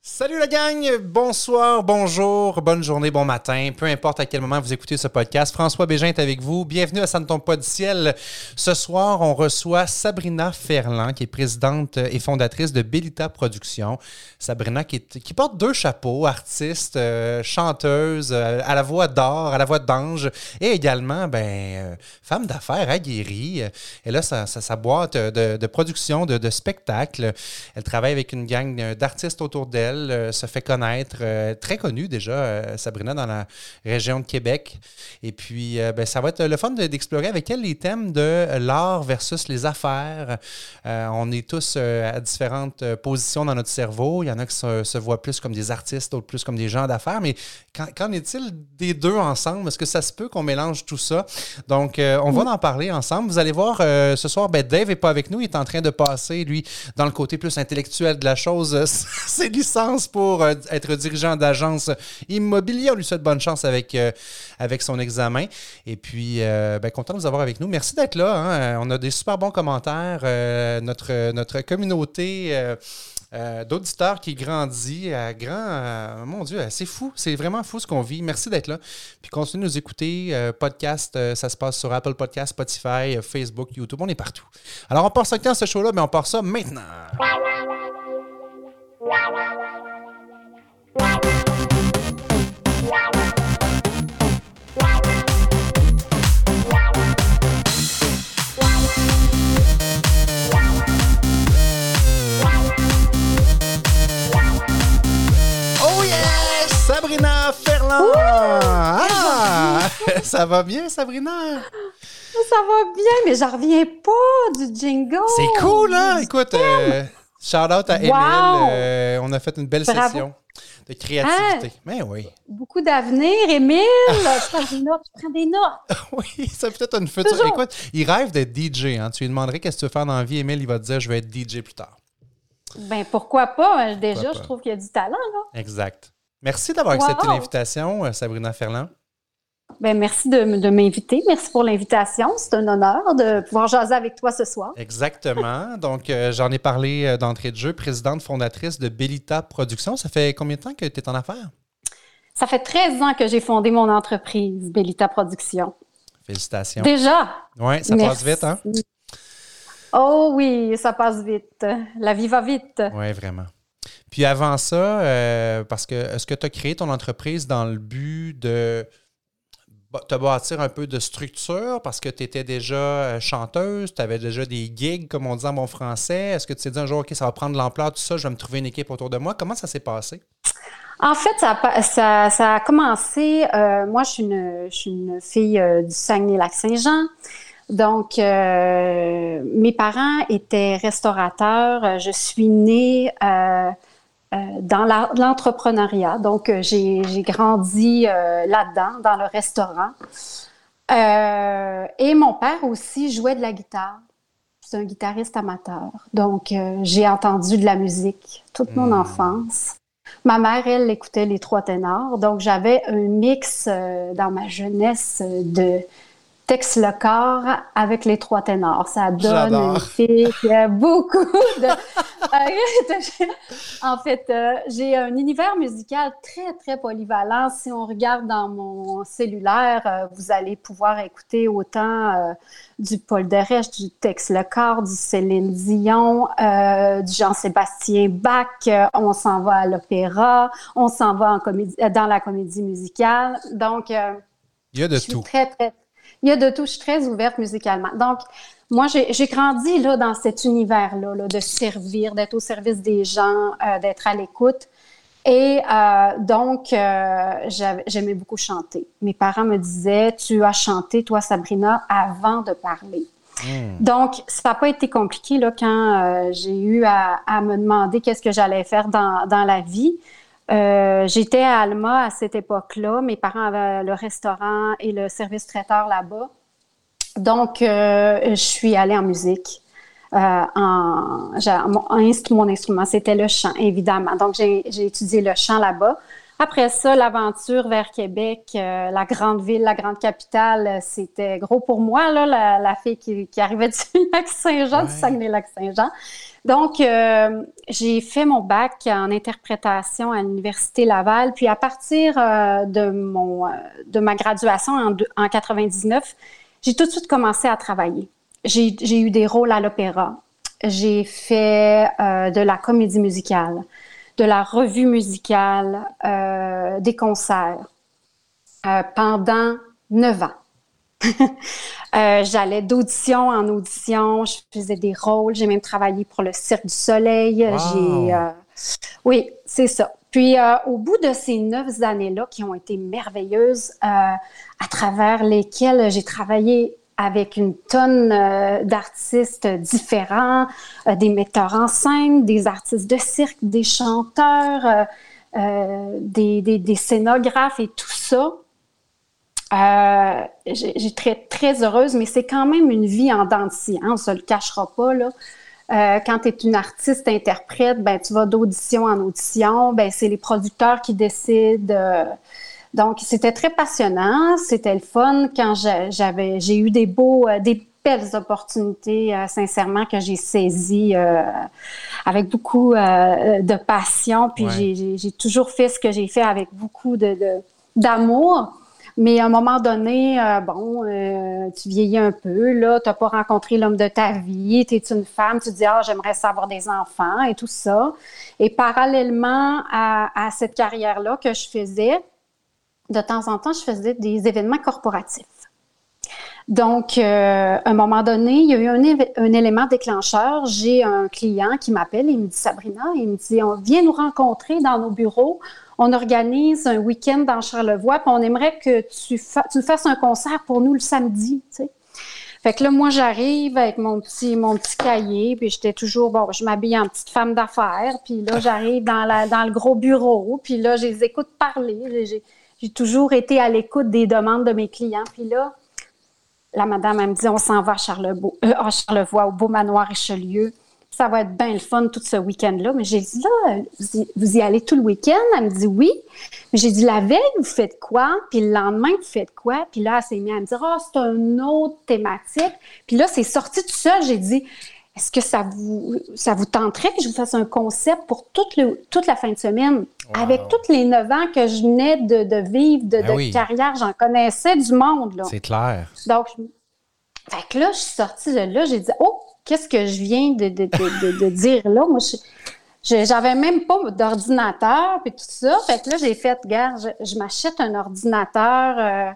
Salut la gang! Bonsoir, bonjour, bonne journée, bon matin, peu importe à quel moment vous écoutez ce podcast. François Bégin est avec vous. Bienvenue à Ça ne tombe pas du ciel. Ce soir, on reçoit Sabrina Ferland, qui est présidente et fondatrice de Bellita Productions. Sabrina qui porte deux chapeaux, artiste, chanteuse, à la voix d'or, à la voix d'ange, et également femme d'affaires aguerrie. Elle a sa boîte de production, de spectacles. Elle travaille avec une gang d'artistes autour d'elle. Se fait connaître, très connue déjà, Sabrina, dans la région de Québec. Et puis, ça va être le fun d'explorer avec elle les thèmes de l'art versus les affaires. On est tous à différentes positions dans notre cerveau. Il y en a qui se voient plus comme des artistes, d'autres plus comme des gens d'affaires. Mais qu'en est-il des deux ensemble? Est-ce que ça se peut qu'on mélange tout ça? Donc, on va en parler ensemble. Vous allez voir, ce soir, Dave n'est pas avec nous. Il est en train de passer, lui, dans le côté plus intellectuel de la chose. C'est licence pour être dirigeant d'agence immobilière. On lui souhaite bonne chance avec son examen. Et puis, content de vous avoir avec nous. Merci d'être là. Hein. On a des super bons commentaires. Notre communauté d'auditeurs qui grandit à mon Dieu, c'est fou. C'est vraiment fou ce qu'on vit. Merci d'être là. Puis continuez de nous écouter. Podcast, ça se passe sur Apple Podcasts, Spotify, Facebook, YouTube. On est partout. Alors, on part ça quand ce show-là? Mais on part ça maintenant. Oh yes! Sabrina Ferland! Ça va bien, Sabrina? Ça va bien, mais j'en reviens pas du jingle. C'est cool, hein? Écoute, shout-out à Émile. Wow. On a fait une belle session de créativité. Mais oui. Beaucoup d'avenir, Émile. Je prends des notes. Oui, ça peut-être une future. Toujours. Écoute, il rêve d'être DJ. Hein? Tu lui demanderais qu'est-ce que tu veux faire dans la vie, Émile, il va te dire je vais être DJ plus tard. Ben pourquoi pas? Déjà, je trouve qu'il y a du talent, là. Exact. Merci d'avoir accepté l'invitation, Sabrina Ferland. Ben merci de m'inviter. Merci pour l'invitation. C'est un honneur de pouvoir jaser avec toi ce soir. Exactement. Donc, j'en ai parlé d'entrée de jeu, présidente fondatrice de Bellita Productions. Ça fait combien de temps que tu es en affaires? Ça fait 13 ans que j'ai fondé mon entreprise, Bellita Productions. Félicitations. Déjà? Oui, ça passe vite, hein? Oh oui, ça passe vite. La vie va vite. Oui, vraiment. Puis avant ça, parce que est-ce que tu as créé ton entreprise dans le but de te bâtir un peu de structure parce que tu étais déjà chanteuse, tu avais déjà des gigs, comme on dit en bon français. Est-ce que tu t'es dit un jour, OK, ça va prendre de l'ampleur, tout ça, je vais me trouver une équipe autour de moi? Comment ça s'est passé? En fait, ça a commencé. Moi, je suis une fille du Saguenay-Lac-Saint-Jean. Donc, mes parents étaient restaurateurs. Je suis née dans l'entrepreneuriat. Donc, j'ai grandi là-dedans, dans le restaurant. Et mon père aussi jouait de la guitare. C'est un guitariste amateur. Donc, j'ai entendu de la musique toute mon enfance. Ma mère, elle, écoutait les trois ténors. Donc, j'avais un mix dans ma jeunesse de Tex le corps avec les trois ténors. Ça donne une fille qui a beaucoup de... En fait, j'ai un univers musical très, très polyvalent. Si on regarde dans mon cellulaire, vous allez pouvoir écouter autant du Paul Derèche, du Tex le corps, du Céline Dion, du Jean-Sébastien Bach. On s'en va à l'opéra. On s'en va dans la comédie musicale. Donc, il y a de tout. Il y a de tout. Je suis très ouverte musicalement. Donc, moi, j'ai grandi là, dans cet univers-là, là, de servir, d'être au service des gens, d'être à l'écoute. Et donc, j'aimais beaucoup chanter. Mes parents me disaient, tu as chanté, toi, Sabrina, avant de parler. Donc, ça n'a pas été compliqué là, quand j'ai eu à me demander qu'est-ce que j'allais faire dans la vie. J'étais à Alma à cette époque-là. Mes parents avaient le restaurant et le service traiteur là-bas. Donc, je suis allée en musique. Mon instrument, c'était le chant, évidemment. Donc, j'ai étudié le chant là-bas. Après ça, l'aventure vers Québec, la grande ville, la grande capitale, c'était gros pour moi, là, la fille qui arrivait du Lac-Saint-Jean, du Saguenay-Lac-Saint-Jean. Donc, j'ai fait mon bac en interprétation à l'Université Laval. Puis, à partir de ma graduation en 99, j'ai tout de suite commencé à travailler. J'ai eu des rôles à l'opéra. J'ai fait de la comédie musicale, de la revue musicale, des concerts pendant 9 ans. J'allais d'audition en audition, je faisais des rôles, j'ai même travaillé pour le Cirque du Soleil. Wow. Oui, c'est ça. Puis, au bout de ces 9 années-là, qui ont été merveilleuses, à travers lesquelles j'ai travaillé avec une tonne d'artistes différents, des metteurs en scène, des artistes de cirque, des chanteurs, des scénographes et tout ça. J'ai très, très heureuse, mais c'est quand même une vie en dents de scie, hein, on ne se le cachera pas, là. Quand tu es une artiste-interprète, ben, tu vas d'audition en audition, ben, c'est les producteurs qui décident. Donc, c'était très passionnant, c'était le fun quand j'ai eu des belles opportunités, sincèrement, que j'ai saisies avec beaucoup de passion. Puis j'ai toujours fait ce que j'ai fait avec beaucoup d'amour. Mais à un moment donné, tu vieillis un peu, là, tu n'as pas rencontré l'homme de ta vie, tu es une femme, tu te dis « Ah, j'aimerais ça avoir des enfants » et tout ça. Et parallèlement à cette carrière-là que je faisais, de temps en temps, je faisais des événements corporatifs. Donc, à un moment donné, il y a eu un élément déclencheur. J'ai un client qui m'appelle et il me dit « Sabrina », il me dit « Viens nous rencontrer dans nos bureaux. On organise un week-end dans Charlevoix, puis on aimerait que tu fasses un concert pour nous le samedi. » tu sais. Fait que là, moi, j'arrive avec mon petit cahier, puis j'étais toujours, je m'habille en petite femme d'affaires, puis là, j'arrive dans le gros bureau, puis là, je les écoute parler. J'ai toujours été à l'écoute des demandes de mes clients, puis là, la madame, elle me dit, on s'en va à Charlevoix, au Beau Manoir Richelieu. Ça va être bien le fun tout ce week-end-là. Mais j'ai dit, là, vous y allez tout le week-end? Elle me dit oui. Mais j'ai dit, la veille, vous faites quoi? Puis le lendemain, vous faites quoi? Puis là, elle s'est mise à me dire, c'est une autre thématique. Puis là, c'est sorti tout seul. J'ai dit, est-ce que ça vous tenterait que je vous fasse un concept pour toute la fin de semaine? Wow. Avec tous les 9 ans que je venais de vivre de carrière, j'en connaissais du monde, là. C'est clair. Donc, fait que là, je suis sortie de là, j'ai dit, qu'est-ce que je viens de dire là? Moi, j'avais même pas d'ordinateur puis tout ça. Fait que là, j'ai fait, regarde, je m'achète un ordinateur,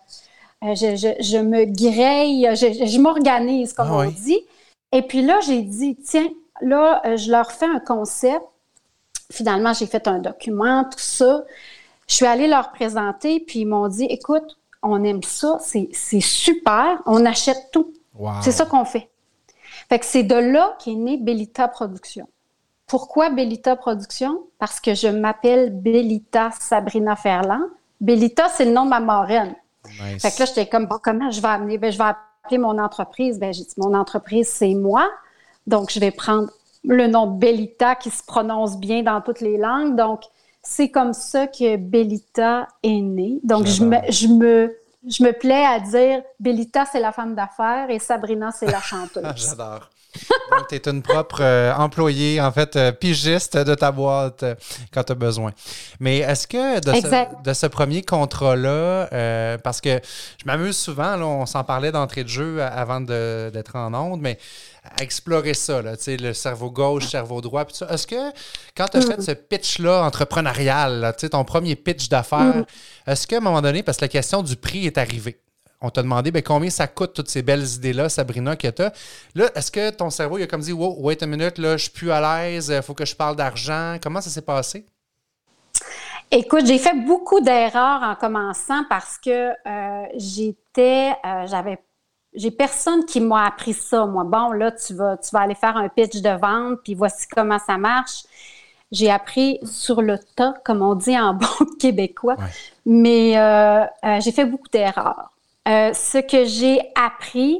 je me graille, je m'organise, comme on dit. Et puis là, j'ai dit, tiens, là, je leur fais un concept. Finalement, j'ai fait un document, tout ça. Je suis allée leur présenter, puis ils m'ont dit, écoute, on aime ça, c'est super, on achète tout. Wow. C'est ça qu'on fait. Fait que c'est de là qu'est née Bellita Productions. Pourquoi Bellita Productions? Parce que je m'appelle Bellita Sabrina Ferland. Bellita, c'est le nom de ma marraine. Nice. Fait que là, j'étais comme, comment je vais amener? Je vais appeler mon entreprise. J'ai dit, mon entreprise, c'est moi. Donc, je vais prendre le nom Bellita qui se prononce bien dans toutes les langues. Donc, c'est comme ça que Bellita est née. Donc, je me plais à dire Bellita, c'est la femme d'affaires et Sabrina, c'est la chanteuse. J'adore. Donc, tu es une propre employée, en fait, pigiste de ta boîte quand tu as besoin. Mais est-ce que de ce premier contrat-là, parce que je m'amuse souvent, là, on s'en parlait d'entrée de jeu avant d'être en onde, mais à explorer ça, là, le cerveau gauche, cerveau droit, puis ça. Est-ce que quand tu as fait ce pitch-là entrepreneurial, là, ton premier pitch d'affaires, est-ce qu'à un moment donné, parce que la question du prix est arrivée, on t'a demandé combien ça coûte toutes ces belles idées-là, Sabrina, que tu as. Là, est-ce que ton cerveau il a comme dit « Wow, wait a minute, là, je suis plus à l'aise, il faut que je parle d'argent ». Comment ça s'est passé? Écoute, j'ai fait beaucoup d'erreurs en commençant parce que j'ai personne qui m'a appris ça. Moi, bon, là, tu vas aller faire un pitch de vente, puis voici comment ça marche. J'ai appris sur le tas, comme on dit en bon québécois, mais j'ai fait beaucoup d'erreurs. Ce que j'ai appris,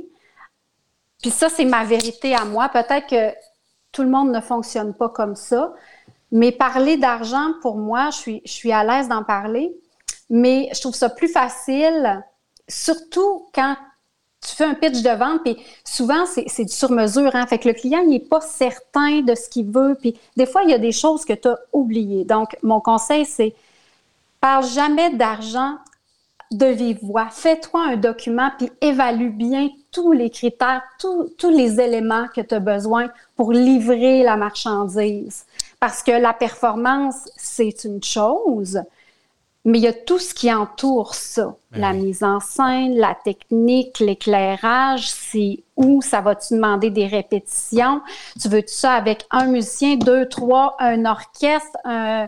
puis ça, c'est ma vérité à moi. Peut-être que tout le monde ne fonctionne pas comme ça, Mais parler d'argent, pour moi, je suis à l'aise d'en parler, mais je trouve ça plus facile, surtout quand tu fais un pitch de vente, puis souvent, c'est du sur-mesure, hein? Fait que le client, il n'est pas certain de ce qu'il veut, puis des fois, il y a des choses que tu as oubliées. Donc, mon conseil, c'est parle jamais d'argent de vive voix. Fais-toi un document, puis évalue bien tous les critères, tous les éléments que tu as besoin pour livrer la marchandise. Parce que la performance, c'est une chose, mais il y a tout ce qui entoure ça. La mise en scène, la technique, l'éclairage, c'est où, ça va-tu demander des répétitions? Tu veux-tu ça avec un musicien, 2, 3, un orchestre,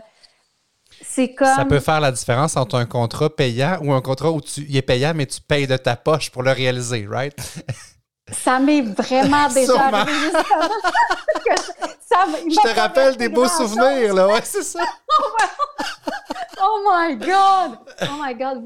c'est comme... Ça peut faire la différence entre un contrat payant ou un contrat où il est payant, mais tu payes de ta poche pour le réaliser, right? Ça m'est vraiment déjà arrivé, justement. Je te rappelle des beaux souvenirs, là. Ouais, c'est ça. Oh my God! Oh my God!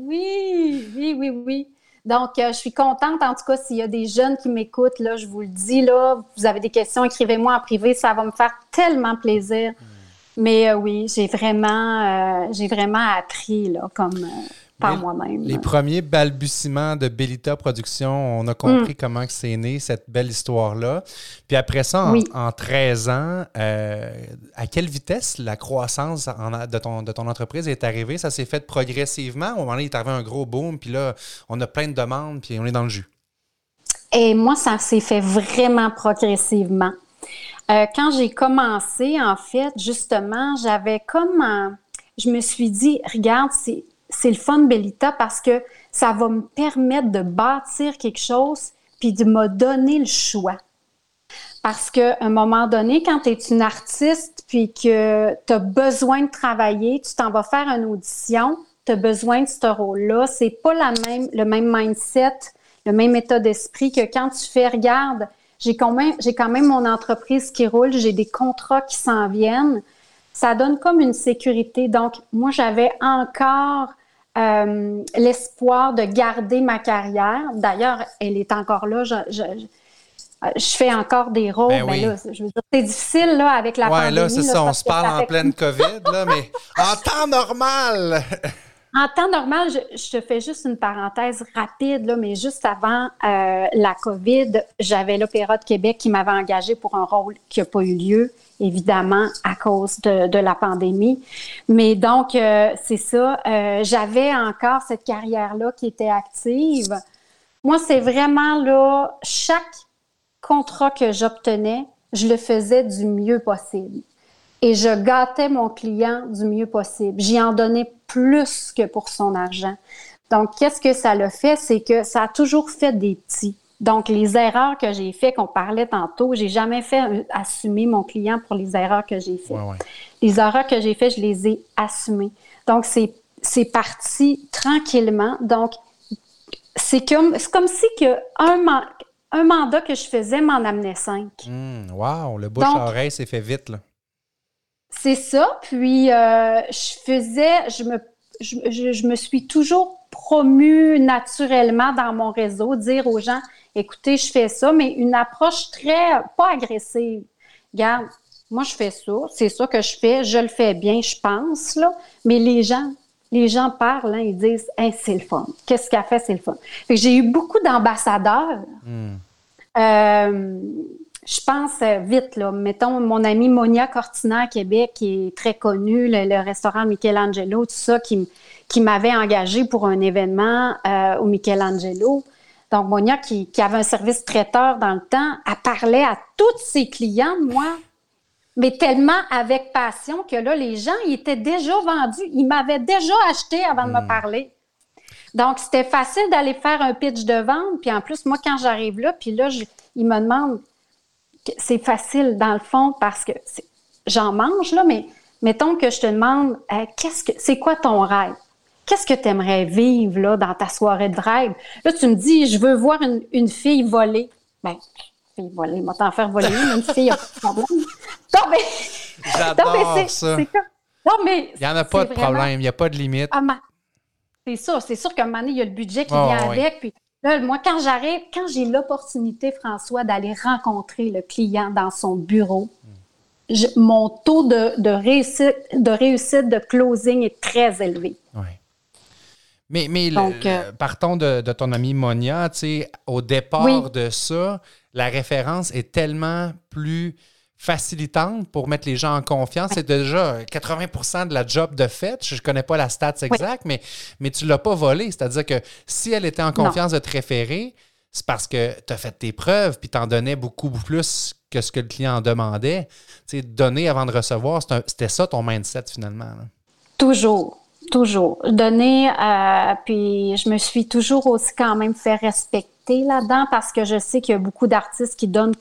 Oui. Donc, je suis contente, en tout cas, s'il y a des jeunes qui m'écoutent, là, je vous le dis, là, vous avez des questions, écrivez-moi en privé, ça va me faire tellement plaisir. Mais oui, j'ai vraiment appris, là, comme par moi-même. Les premiers balbutiements de Bellita Productions, on a compris comment que c'est né, cette belle histoire-là. Puis après ça, en 13 ans, à quelle vitesse la croissance de ton entreprise est arrivée? Ça s'est fait progressivement? Au moment donné, il est arrivé un gros boom, puis là, on a plein de demandes, puis on est dans le jus. Et moi, ça s'est fait vraiment progressivement. Quand j'ai commencé, en fait, justement, je me suis dit, regarde, c'est le fun, Bellita, parce que ça va me permettre de bâtir quelque chose puis de me donner le choix. Parce qu'à un moment donné, quand tu es une artiste puis que tu as besoin de travailler, tu t'en vas faire une audition, tu as besoin de ce rôle-là. C'est pas le même mindset, le même état d'esprit que quand tu fais, regarde, j'ai quand même mon entreprise qui roule, j'ai des contrats qui s'en viennent. Ça donne comme une sécurité. Donc, moi, j'avais encore l'espoir de garder ma carrière. D'ailleurs, elle est encore là. Je fais encore des rôles. Ben oui. Mais là, je veux dire, c'est difficile là, avec la pandémie. Là, c'est ça. On se parle en fait... pleine COVID, là, mais en temps normal! En temps normal, je te fais juste une parenthèse rapide, là, mais juste avant la COVID, j'avais l'Opéra de Québec qui m'avait engagée pour un rôle qui n'a pas eu lieu, évidemment, à cause de la pandémie. Mais donc, c'est ça. J'avais encore cette carrière-là qui était active. Moi, c'est vraiment là, chaque contrat que j'obtenais, je le faisais du mieux possible. Et je gâtais mon client du mieux possible. J'y en donnais plus que pour son argent. Donc, qu'est-ce que ça l'a fait? C'est que ça a toujours fait des petits. Donc, les erreurs que j'ai faites, qu'on parlait tantôt, j'ai jamais fait assumer mon client pour les erreurs que j'ai faites. Ouais. Les erreurs que j'ai faites, je les ai assumées. Donc, c'est parti tranquillement. Donc, c'est comme si un mandat que je faisais m'en amenait 5. Wow! Le bouche-à-oreille s'est fait vite, là. C'est ça. Puis, je me suis toujours promue naturellement dans mon réseau, dire aux gens, écoutez, je fais ça, mais une approche pas agressive. Regarde, moi, je fais ça, c'est ça que je fais, je le fais bien, je pense, là, mais les gens parlent, hein, ils disent, hey, c'est le fun. Qu'est-ce qu'elle fait, c'est le fun. Fait que j'ai eu beaucoup d'ambassadeurs. Je pense vite, là. Mettons, mon amie Monia Cortina à Québec, qui est très connue, le restaurant Michelangelo, tout ça, qui m'avait engagée pour un événement au Michelangelo. Donc, Monia, qui avait un service traiteur dans le temps, elle parlait à tous ses clients, moi, mais tellement avec passion que là, les gens, ils étaient déjà vendus. Ils m'avaient déjà acheté avant de me parler. Donc, c'était facile d'aller faire un pitch de vente. Puis en plus, moi, quand j'arrive là, puis là, ils me demandent... C'est facile, dans le fond, parce que j'en mange, là, mais mettons que je te demande, c'est quoi ton rêve? Qu'est-ce que tu aimerais vivre là, dans ta soirée de rêve? Là, tu me dis, je veux voir une fille voler. Bien, fille voler, moi, t'en faire voler, une fille, il n'y a pas de problème. Non, mais... J'adore ça. Non, mais... Il n'y en a pas de problème, il n'y a pas de limite. C'est sûr qu'à un moment donné, il y a le budget qui vient avec, puis... Là, moi, quand j'ai l'opportunité, François, d'aller rencontrer le client dans son bureau, mon taux de réussite de closing est très élevé. Oui. Mais donc, partons de ton amie Monia, tu sais, au départ de ça, la référence est tellement plus facilitante pour mettre les gens en confiance. C'est déjà 80% de la job de fait. Je ne connais pas la stats exacte, mais tu ne l'as pas volée. C'est-à-dire que si elle était en confiance de te référer, c'est parce que tu as fait tes preuves puis tu en donnais beaucoup plus que ce que le client en demandait. Tu sais, donner avant de recevoir, c'était ça ton mindset finalement. Là. Toujours. Donner, puis je me suis toujours aussi quand même fait respecter là-dedans parce que je sais qu'il y a beaucoup d'artistes qui donnent.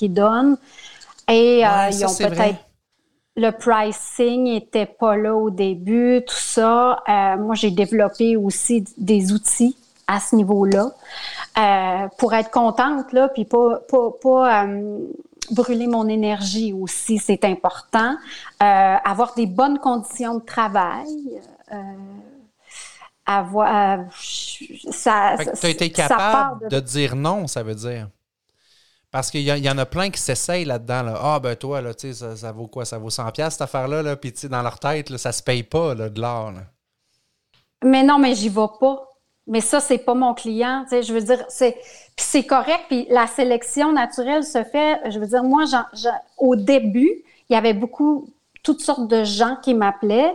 Et ils ont peut-être... Le pricing n'était pas là au début, tout ça. Moi, j'ai développé aussi des outils à ce niveau-là pour être contente, là, puis pas brûler mon énergie aussi, c'est important. Avoir des bonnes conditions de travail. Ça, tu as été capable de dire non, ça veut dire. Parce qu'il y en a plein qui s'essayent là-dedans. Là. Ah, ben toi, là, tu sais, ça vaut quoi? Ça vaut 100$ cette affaire-là. Là. Puis, tu sais, dans leur tête, là, ça se paye pas, là, de l'art. Là. Mais non, mais j'y vais pas. Mais ça, c'est pas mon client. Tu sais, je veux dire, c'est correct. Puis la sélection naturelle se fait. Je veux dire, moi, au début, il y avait toutes sortes de gens qui m'appelaient.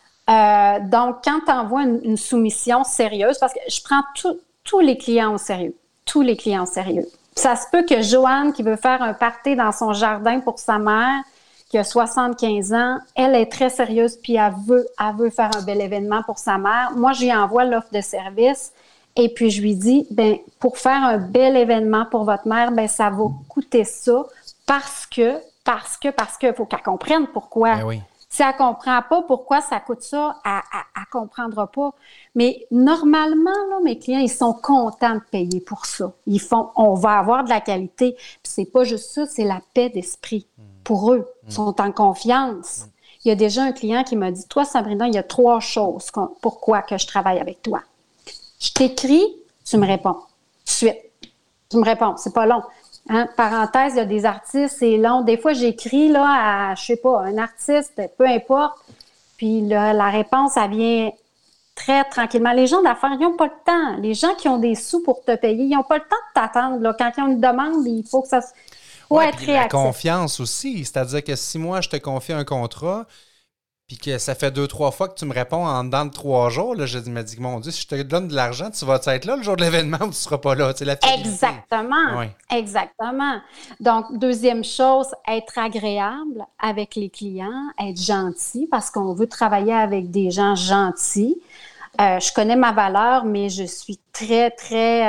Donc, quand tu envoies une soumission sérieuse, parce que je prends tous les clients au sérieux. Tous les clients au sérieux. Ça se peut que Joanne, qui veut faire un party dans son jardin pour sa mère, qui a 75 ans, elle est très sérieuse, puis elle veut faire un bel événement pour sa mère. Moi, je lui envoie l'offre de service, et puis je lui dis, ben pour faire un bel événement pour votre mère, ben ça va coûter ça, parce que faut qu'elle comprenne pourquoi. Ben oui. Si elle ne comprend pas pourquoi ça coûte ça, elle ne comprendra pas. Mais normalement, là, mes clients, ils sont contents de payer pour ça. On va avoir de la qualité. Puis c'est pas juste ça, c'est la paix d'esprit. Pour eux, ils sont en confiance. Il y a déjà un client qui m'a dit, toi, Sabrina, il y a 3 choses pourquoi que je travaille avec toi. Je t'écris, tu me réponds. Tout de suite. Tu me réponds, c'est pas long. Hein? Parenthèse, il y a des artistes, c'est long. Des fois, j'écris là à, je sais pas, un artiste, peu importe. Puis là, la réponse, elle vient très tranquillement. Les gens d'affaires, ils n'ont pas le temps. Les gens qui ont des sous pour te payer, ils n'ont pas le temps de t'attendre. Là. Quand ils ont une demande, il faut que ça faut être réactif. La confiance aussi. C'est-à-dire que si moi, je te confie un contrat, puis que ça fait 2-3 fois que tu me réponds en dedans de 3 jours, là, je me dis, mon Dieu, si je te donne de l'argent, tu vas être là le jour de l'événement ou tu ne seras pas là? La Exactement. Oui. Exactement. Donc, deuxième chose, être agréable avec les clients, être gentil, parce qu'on veut travailler avec des gens gentils. Je connais ma valeur, mais je suis très, très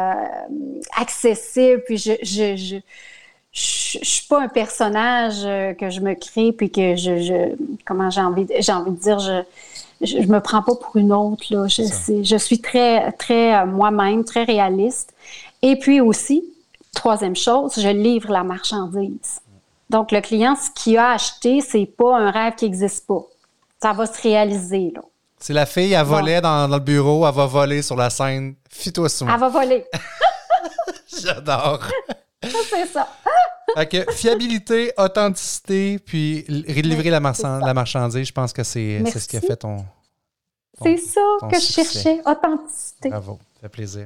accessible, puis je suis pas un personnage que je me crée puis que comment j'ai envie de dire, je me prends pas pour une autre là. Je suis très très moi-même, très réaliste. Et puis aussi, troisième chose, je livre la marchandise. Donc le client, ce qu'il a acheté, c'est pas un rêve qui n'existe pas. Ça va se réaliser là. C'est la fille, elle volait dans le bureau, elle va voler sur la scène. Fie-toi sur moi. Elle va voler. J'adore. C'est ça. Fait que fiabilité, authenticité, puis livrer la marchandise, je pense que c'est ce qui a fait ton c'est ça que succès. Je cherchais, authenticité. Bravo, ça fait plaisir.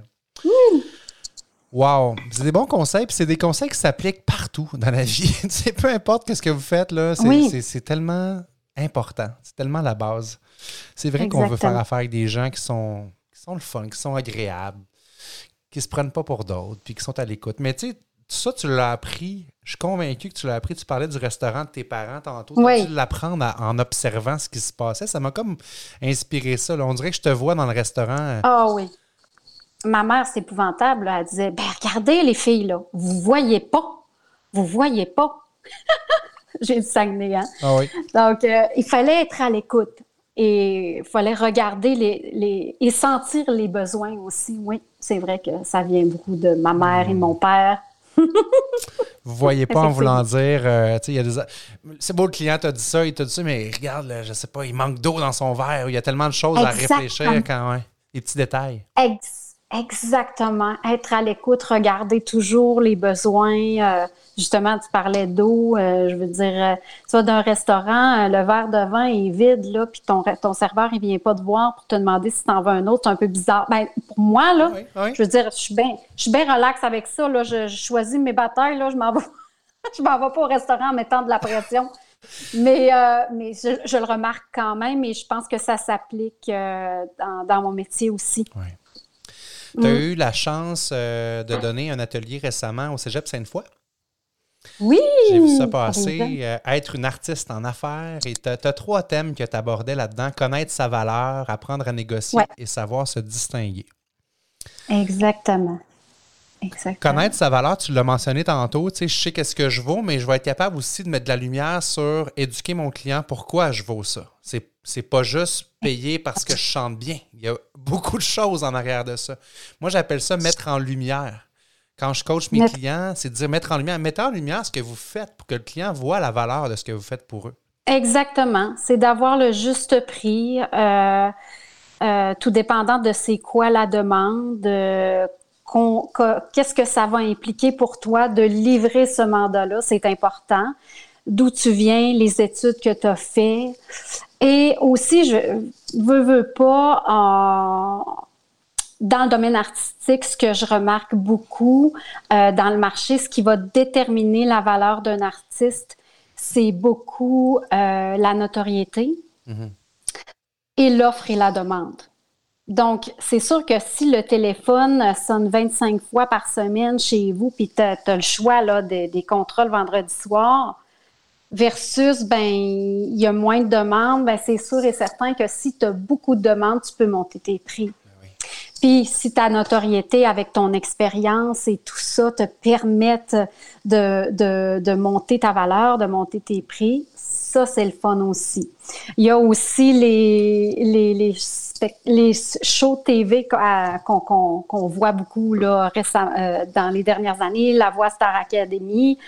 Wow! C'est des bons conseils, puis c'est des conseils qui s'appliquent partout dans la vie. Peu importe ce que vous faites, là, c'est tellement important. C'est tellement la base. C'est vrai qu'on veut faire affaire avec des gens qui sont le fun, qui sont agréables, qui se prennent pas pour d'autres, puis qui sont à l'écoute. Mais tu sais, ça, tu l'as appris. Je suis convaincu que tu l'as appris. Tu parlais du restaurant de tes parents tantôt. Oui. Tu l'apprendre en observant ce qui se passait. Ça m'a comme inspiré ça. Là. On dirait que je te vois dans le restaurant. Ah oui. Ma mère, c'est épouvantable. Là. Elle disait, regardez les filles, là. Vous voyez pas. Vous voyez pas. J'ai du Saguenay, hein? Ah oui. Donc, il fallait être à l'écoute. Et il fallait regarder et sentir les besoins aussi. Oui, c'est vrai que ça vient beaucoup de ma mère et de mon père. Vous voyez pas en voulant dire, c'est beau, le client t'a dit ça, il t'a dit ça, mais regarde, là, je sais pas, il manque d'eau dans son verre, il y a tellement de choses à réfléchir quand même. Les petits détails. Exactement. Être à l'écoute, regarder toujours les besoins. Justement, tu parlais d'eau. Je veux dire, tu vas d'un restaurant, le verre de vin est vide, là, puis ton serveur, il vient pas te voir pour te demander si tu en veux un autre. C'est un peu bizarre. Ben, pour moi, là, Oui. je veux dire, je suis bien relax avec ça. Là. Je choisis mes batailles. Là, je m'en vais, je m'en vais pas au restaurant en mettant de la pression. Mais je le remarque quand même et je pense que ça s'applique dans mon métier aussi. Oui. Tu as eu la chance de donner un atelier récemment au Cégep Sainte-Foy. Oui! J'ai vu ça passer. Être une artiste en affaires. Et tu as 3 thèmes que tu abordais là-dedans. Connaître sa valeur, apprendre à négocier et savoir se distinguer. Exactement. Connaître sa valeur, tu l'as mentionné tantôt, tu sais, je sais qu'est-ce que je vaux, mais je vais être capable aussi de mettre de la lumière sur éduquer mon client pourquoi je vaux ça. C'est pas juste payer parce que je chante bien. Il y a beaucoup de choses en arrière de ça. Moi, j'appelle ça mettre en lumière. Quand je coach mes clients, c'est de dire mettre en lumière. Mettez en lumière ce que vous faites pour que le client voit la valeur de ce que vous faites pour eux. Exactement. C'est d'avoir le juste prix, tout dépendant de c'est quoi la demande, qu'est-ce que ça va impliquer pour toi de livrer ce mandat-là, c'est important. D'où tu viens, les études que tu as fait. Et aussi, je veux pas, dans le domaine artistique, ce que je remarque beaucoup dans le marché, ce qui va déterminer la valeur d'un artiste, c'est beaucoup la notoriété et l'offre et la demande. Donc, c'est sûr que si le téléphone sonne 25 fois par semaine chez vous, puis tu as le choix là, des contrats le vendredi soir, versus, il y a moins de demandes, c'est sûr et certain que si tu as beaucoup de demandes, tu peux monter tes prix. Oui. Puis, si ta notoriété avec ton expérience et tout ça te permettent de monter ta valeur, de monter tes prix, ça, c'est le fun aussi. Il y a aussi les shows TV qu'on voit beaucoup là, dans les dernières années, La Voix Star Academy.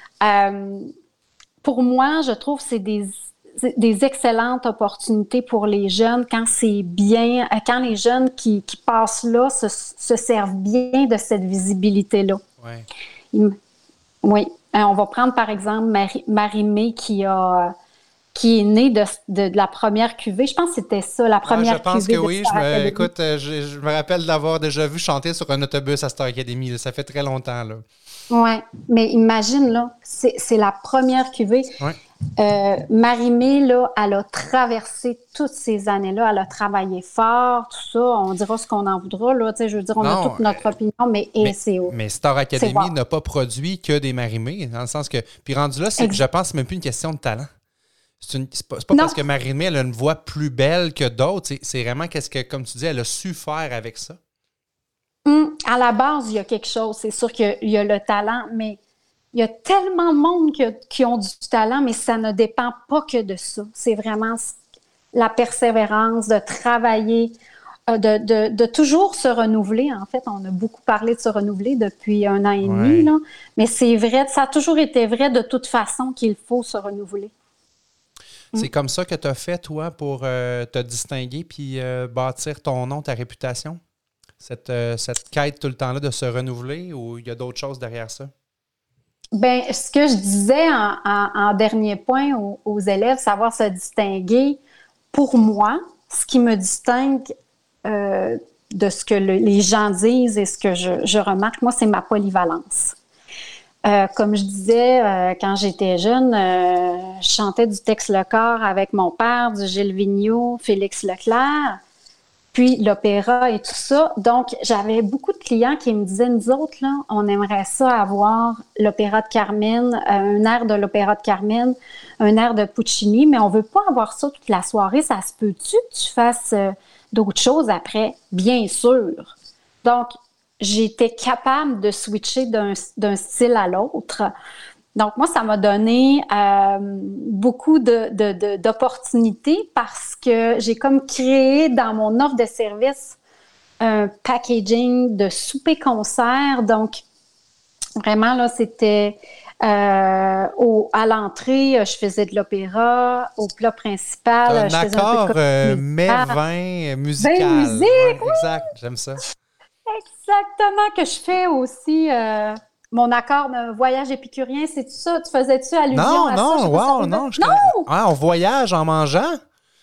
Pour moi, je trouve que c'est des excellentes opportunités pour les jeunes quand c'est bien, quand les jeunes qui passent là se servent bien de cette visibilité-là. Ouais. Oui. On va prendre par exemple Marie-Mé qui est née de la première cuvée. Je pense que c'était ça, la première cuvée. Je pense que oui. Écoute, je me rappelle d'avoir déjà vu chanter sur un autobus à Star Academy. Là. Ça fait très longtemps. Oui, mais imagine, là, c'est la première cuvée. Ouais. Marie-Mé, là, elle a traversé toutes ces années-là. Elle a travaillé fort, tout ça. On dira ce qu'on en voudra, là. Tu sais, je veux dire, on a toute notre opinion, mais c'est haut. Mais Star Academy n'a pas produit que des Marie-Mé, dans le sens que... Puis rendu là, je pense que c'est même plus une question de talent. C'est pas parce que Marie-Mé, elle a une voix plus belle que d'autres. C'est vraiment qu'est-ce que, comme tu dis, elle a su faire avec ça. À la base, il y a quelque chose. C'est sûr qu'il y a le talent, mais il y a tellement de monde qui ont du talent, mais ça ne dépend pas que de ça. C'est vraiment la persévérance, de travailler, de toujours se renouveler. En fait, on a beaucoup parlé de se renouveler depuis 1 an et demi, là, mais c'est vrai, ça a toujours été vrai de toute façon qu'il faut se renouveler. C'est comme ça que tu as fait, toi, pour te distinguer puis bâtir ton nom, ta réputation? Cette quête tout le temps-là de se renouveler ou il y a d'autres choses derrière ça? Bien, ce que je disais en dernier point aux élèves, savoir se distinguer, pour moi, ce qui me distingue de ce que les gens disent et ce que je remarque, moi, c'est ma polyvalence. Comme je disais, quand j'étais jeune, je chantais du Tex Lecor avec mon père, du Gilles Vigneault, Félix Leclerc, puis l'opéra et tout ça. Donc, j'avais beaucoup de clients qui me disaient, nous autres, là, on aimerait ça avoir l'opéra de Carmen, un air de l'opéra de Carmen, un air de Puccini, mais on veut pas avoir ça toute la soirée. Ça se peut-tu que tu fasses d'autres choses après? Bien sûr. Donc, j'étais capable de switcher d'un style à l'autre. Donc, moi, ça m'a donné beaucoup d'opportunités parce que j'ai comme créé dans mon offre de service un packaging de souper-concert. Donc, vraiment, là, c'était à l'entrée, je faisais de l'opéra. Au plat principal, je faisais un peu de mets-vin musical. Musique, oui. Exact, j'aime ça. Exactement, que je fais aussi mon accord de voyage épicurien, c'est tout ça? Tu faisais-tu allusion à ça? Non, wow, non. Non! Ah, on voyage en mangeant?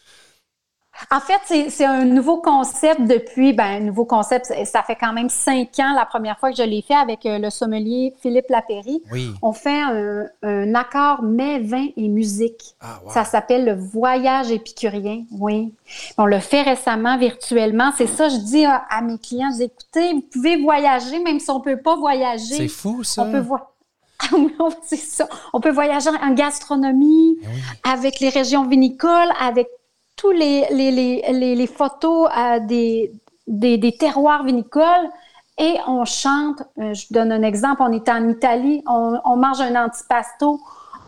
En fait, c'est un nouveau concept depuis, un nouveau concept, ça fait quand même 5 ans la première fois que je l'ai fait avec le sommelier Philippe Lapéry. Oui. On fait un accord mets, vin et musique. Ah, wow. Ça s'appelle le voyage épicurien, oui. On le fait récemment virtuellement. C'est ça, je dis à mes clients, je dis, écoutez, vous pouvez voyager même si on ne peut pas voyager. C'est fou, ça. On peut c'est ça. On peut voyager en gastronomie, avec les régions vinicoles, avec tous les photos des terroirs vinicoles et on chante. Je vous donne un exemple. On est en Italie, on mange un antipasto,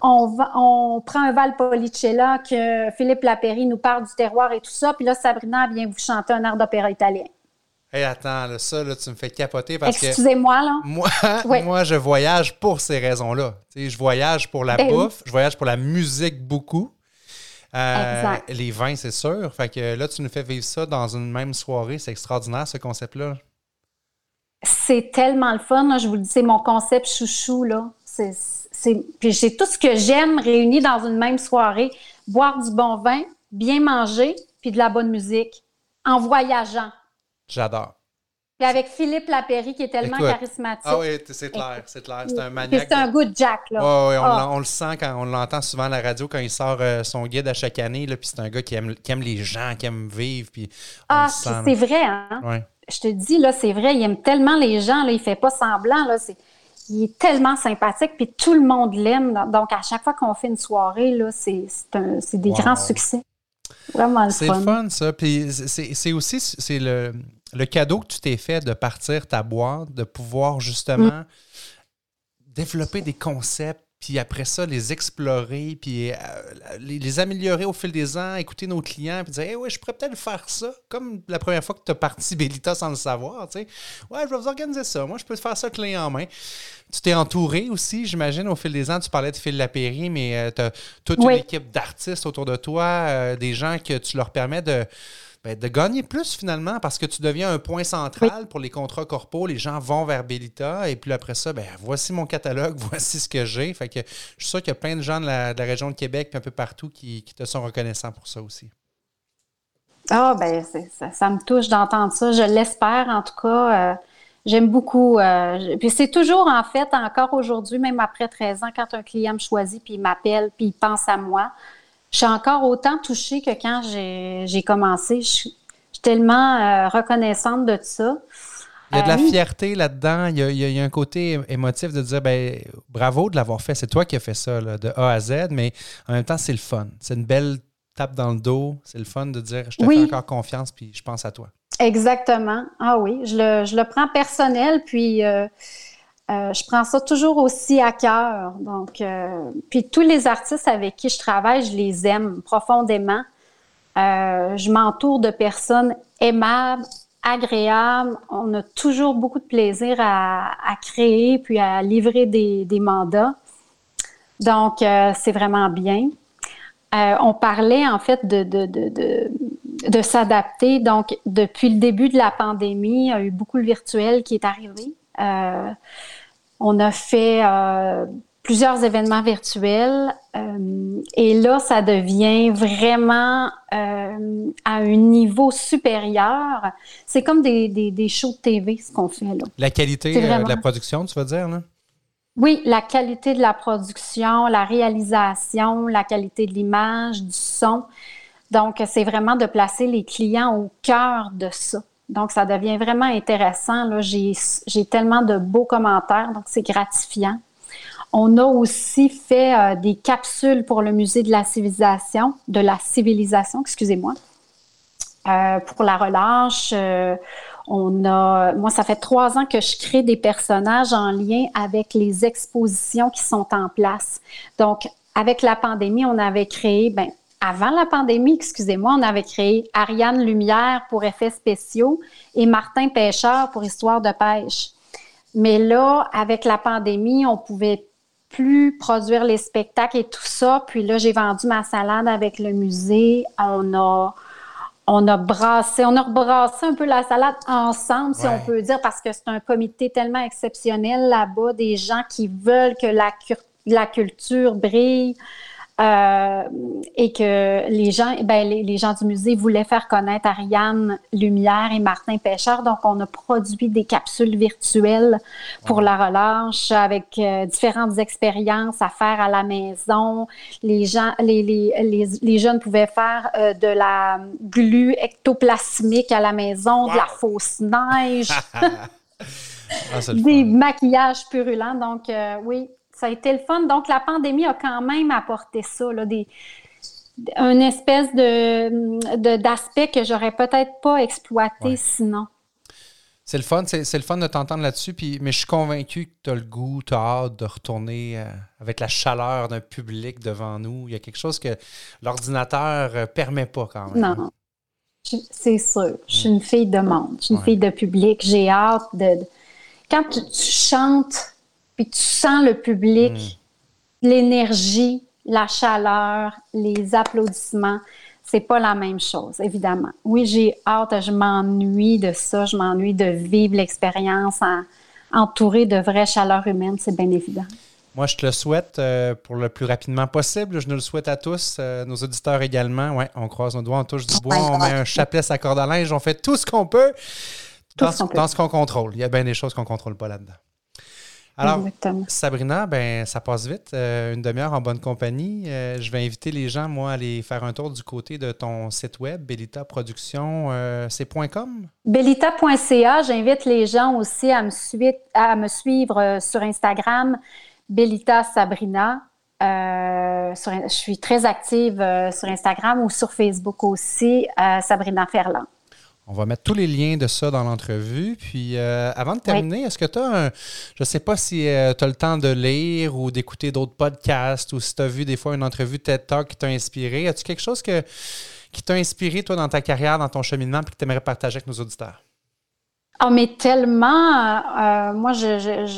on prend un Valpolicella que Philippe Lapéry nous parle du terroir et tout ça. Puis là, Sabrina vient vous chanter un air d'opéra italien. Hey, attends, là, ça, là, tu me fais capoter parce que... Excusez-moi, là. Moi, je voyage pour ces raisons-là. Tu sais, je voyage pour la bouffe, je voyage pour la musique beaucoup. Les vins, c'est sûr. Fait que là, tu nous fais vivre ça dans une même soirée. C'est extraordinaire, ce concept-là. C'est tellement le fun. Là, je vous le dis, c'est mon concept chouchou. Là. Puis j'ai tout ce que j'aime réuni dans une même soirée. Boire du bon vin, bien manger, puis de la bonne musique en voyageant. J'adore. Puis avec Philippe Lapéry, qui est tellement charismatique. Ah oui, c'est clair. C'est un maniaque. C'est un good Jack, là. Oui, on le sent quand on l'entend souvent à la radio quand il sort son guide à chaque année. Là, puis c'est un gars qui aime les gens, qui aime vivre. Puis c'est vrai, hein? Ouais. Je te dis, là, c'est vrai, il aime tellement les gens, là, il fait pas semblant, là. Il est tellement sympathique, puis tout le monde l'aime. Donc, à chaque fois qu'on fait une soirée, là, c'est des grands succès. Vraiment le fun. C'est le fun, ça. Puis c'est aussi le cadeau que tu t'es fait de partir ta boîte, de pouvoir justement développer des concepts, puis après ça, les explorer, puis les améliorer au fil des ans, écouter nos clients, puis dire hey, « ouais, je pourrais peut-être faire ça », comme la première fois que tu as parti Bellita sans le savoir, tu sais. « Ouais, je vais vous organiser ça. Moi, je peux faire ça clé en main. » Tu t'es entouré aussi, j'imagine, au fil des ans. Tu parlais de Phil Lapéry, mais tu as toute une équipe d'artistes autour de toi, des gens que tu leur permets de gagner plus finalement parce que tu deviens un point central pour les contrats corpos. Les gens vont vers Bellita et puis après ça, voici mon catalogue, voici ce que j'ai. Fait que je suis sûr qu'il y a plein de gens de la région de Québec et un peu partout qui te sont reconnaissants pour ça aussi. Ah, ça me touche d'entendre ça. Je l'espère en tout cas. J'aime beaucoup. Puis c'est toujours, en fait, encore aujourd'hui, même après 13 ans, quand un client me choisit puis il m'appelle puis il pense à moi, je suis encore autant touchée que quand j'ai commencé. Je suis tellement reconnaissante de ça. Il y a de la fierté là-dedans. Il y a un côté émotif de dire bravo de l'avoir fait. C'est toi qui as fait ça là, de A à Z, mais en même temps, c'est le fun. C'est une belle tape dans le dos. C'est le fun de dire je te fais encore confiance puis je pense à toi. Exactement. Ah oui, je le prends personnel, puis je prends ça toujours aussi à cœur. Donc, puis tous les artistes avec qui je travaille, je les aime profondément. Je m'entoure de personnes aimables, agréables. On a toujours beaucoup de plaisir à créer puis à livrer des mandats. Donc, c'est vraiment bien. On parlait en fait de s'adapter. Donc, depuis le début de la pandémie, il y a eu beaucoup le virtuel qui est arrivé. On a fait plusieurs événements virtuels et là, ça devient vraiment à un niveau supérieur. C'est comme des shows de TV, ce qu'on fait là. La qualité de la production, tu veux dire, là? Oui, la qualité de la production, la réalisation, la qualité de l'image, du son. Donc, c'est vraiment de placer les clients au cœur de ça. Donc, ça devient vraiment intéressant. Là, j'ai tellement de beaux commentaires, donc c'est gratifiant. On a aussi fait des capsules pour le musée de la civilisation, excusez-moi, pour la relâche. Moi, ça fait 3 ans que je crée des personnages en lien avec les expositions qui sont en place. Donc, avec la pandémie, on avait créé, avant la pandémie, excusez-moi, on avait créé Ariane Lumière pour effets spéciaux et Martin Pêcheur pour histoire de pêche. Mais là, avec la pandémie, on pouvait plus produire les spectacles et tout ça. Puis là, j'ai vendu ma salade avec le musée. on a rebrassé un peu la salade ensemble, si on peut dire, parce que c'est un comité tellement exceptionnel là-bas, des gens qui veulent que la culture brille. Et que les gens du musée voulaient faire connaître Ariane Lumière et Martin Pêcheur. Donc, on a produit des capsules virtuelles pour la relâche avec différentes expériences à faire à la maison. Les jeunes pouvaient faire de la glu ectoplasmique à la maison, de la fausse neige, des maquillages purulents. Donc, oui. Ça a été le fun. Donc, la pandémie a quand même apporté ça, là, une espèce d'aspect que j'aurais peut-être pas exploité sinon. C'est le fun, c'est le fun de t'entendre là-dessus, mais je suis convaincu que tu as le goût, tu as hâte de retourner avec la chaleur d'un public devant nous. Il y a quelque chose que l'ordinateur ne permet pas quand même. Non, c'est sûr. Je suis une fille de monde, je suis une fille de public. J'ai hâte de... Quand tu chantes, puis tu sens le public, l'énergie, la chaleur, les applaudissements, c'est pas la même chose, évidemment. Oui, j'ai hâte, je m'ennuie de ça, je m'ennuie de vivre l'expérience entourée de vraies chaleurs humaines, c'est bien évident. Moi, je te le souhaite pour le plus rapidement possible. Je nous le souhaite à tous, nos auditeurs également. Ouais, on croise nos doigts, on touche du bois, on met un chapelet à corde à linge, on fait tout ce qu'on peut dans ce qu'on contrôle. Il y a bien des choses qu'on ne contrôle pas là-dedans. Alors, exactement. Sabrina, ça passe vite. Une demi-heure en bonne compagnie. Je vais inviter les gens, moi, à aller faire un tour du côté de ton site web, Bellita Production, c'est .com? Bellita.ca. J'invite les gens aussi à me suivre sur Instagram, Bellita Sabrina. Je suis très active sur Instagram ou sur Facebook aussi, Sabrina Ferland. On va mettre tous les liens de ça dans l'entrevue. Puis, avant de terminer, est-ce que tu as je ne sais pas si tu as le temps de lire ou d'écouter d'autres podcasts ou si tu as vu des fois une entrevue TED Talk qui t'a inspiré. As-tu quelque chose qui t'a inspiré, toi, dans ta carrière, dans ton cheminement, puis que tu aimerais partager avec nos auditeurs? Ah, mais tellement! Moi, je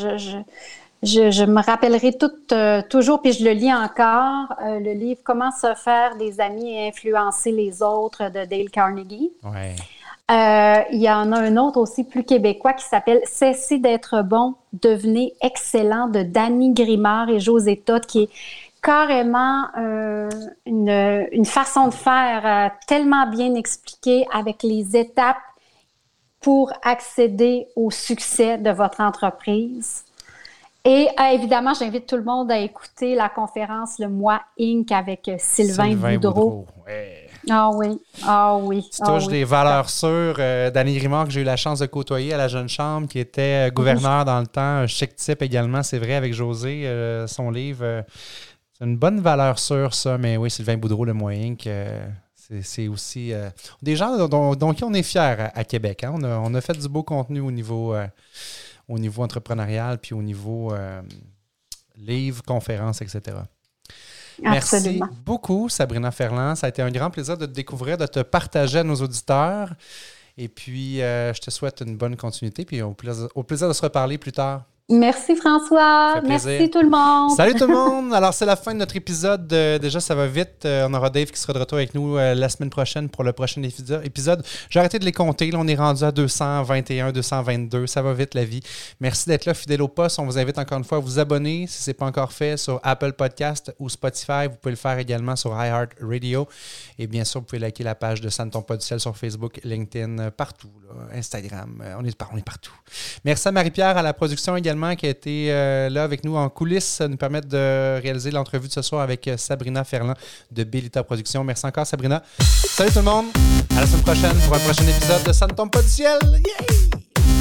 me rappellerai toujours, puis je le lis encore, le livre « Comment se faire des amis et influencer les autres » de Dale Carnegie. Ouais. Il y en a un autre aussi plus québécois qui s'appelle « Cessez d'être bon, devenez excellent » de Danny Grimard et José Todd, qui est carrément une façon de faire tellement bien expliquée avec les étapes pour accéder au succès de votre entreprise. Et évidemment, j'invite tout le monde à écouter la conférence Le Moi Inc. avec Sylvain Boudreau. Ouais. Ah oui. Tu touches des valeurs sûres. Danny Grimard, que j'ai eu la chance de côtoyer à la Jeune Chambre, qui était gouverneur dans le temps, un chic type également, c'est vrai, avec José, son livre. C'est une bonne valeur sûre, ça. Mais oui, Sylvain Boudreau, Le Moi Inc., c'est aussi des gens dont qui on est fiers à Québec. Hein? On a fait du beau contenu au niveau entrepreneurial, puis au niveau livres, conférences, etc. Absolument. Merci beaucoup, Sabrina Ferland. Ça a été un grand plaisir de te découvrir, de te partager à nos auditeurs. Et puis, je te souhaite une bonne continuité, puis au plaisir de se reparler plus tard. Merci François. Merci tout le monde. Salut tout le monde. Alors, c'est la fin de notre épisode. Déjà, ça va vite. On aura Dave qui sera de retour avec nous la semaine prochaine pour le prochain épisode. J'ai arrêté de les compter. Là, on est rendu à 221, 222. Ça va vite, la vie. Merci d'être là, fidèle au poste. On vous invite encore une fois à vous abonner si ce n'est pas encore fait sur Apple Podcast ou Spotify. Vous pouvez le faire également sur iHeartRadio. Et bien sûr, vous pouvez liker la page de Ça ne tombe pas du ciel sur Facebook, LinkedIn, partout. Là, Instagram. On est partout. Merci à Marie-Pierre à la production également, qui a été là avec nous en coulisses, nous permettre de réaliser l'entrevue de ce soir avec Sabrina Ferland de Bellita Production. Merci encore, Sabrina. Salut tout le monde. À la semaine prochaine pour un prochain épisode de Ça ne tombe pas du ciel. Yeah!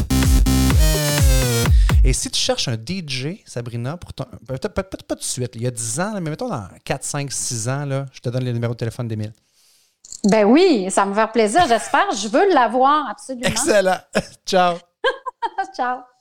Et si tu cherches un DJ, Sabrina, peut-être pas tout de suite, il y a 10 ans, mais mettons dans 4, 5, 6 ans, là, je te donne le numéro de téléphone d'Émile. Ben oui, ça me fait plaisir, j'espère. Je veux l'avoir, absolument. Excellent. Ciao. Ciao.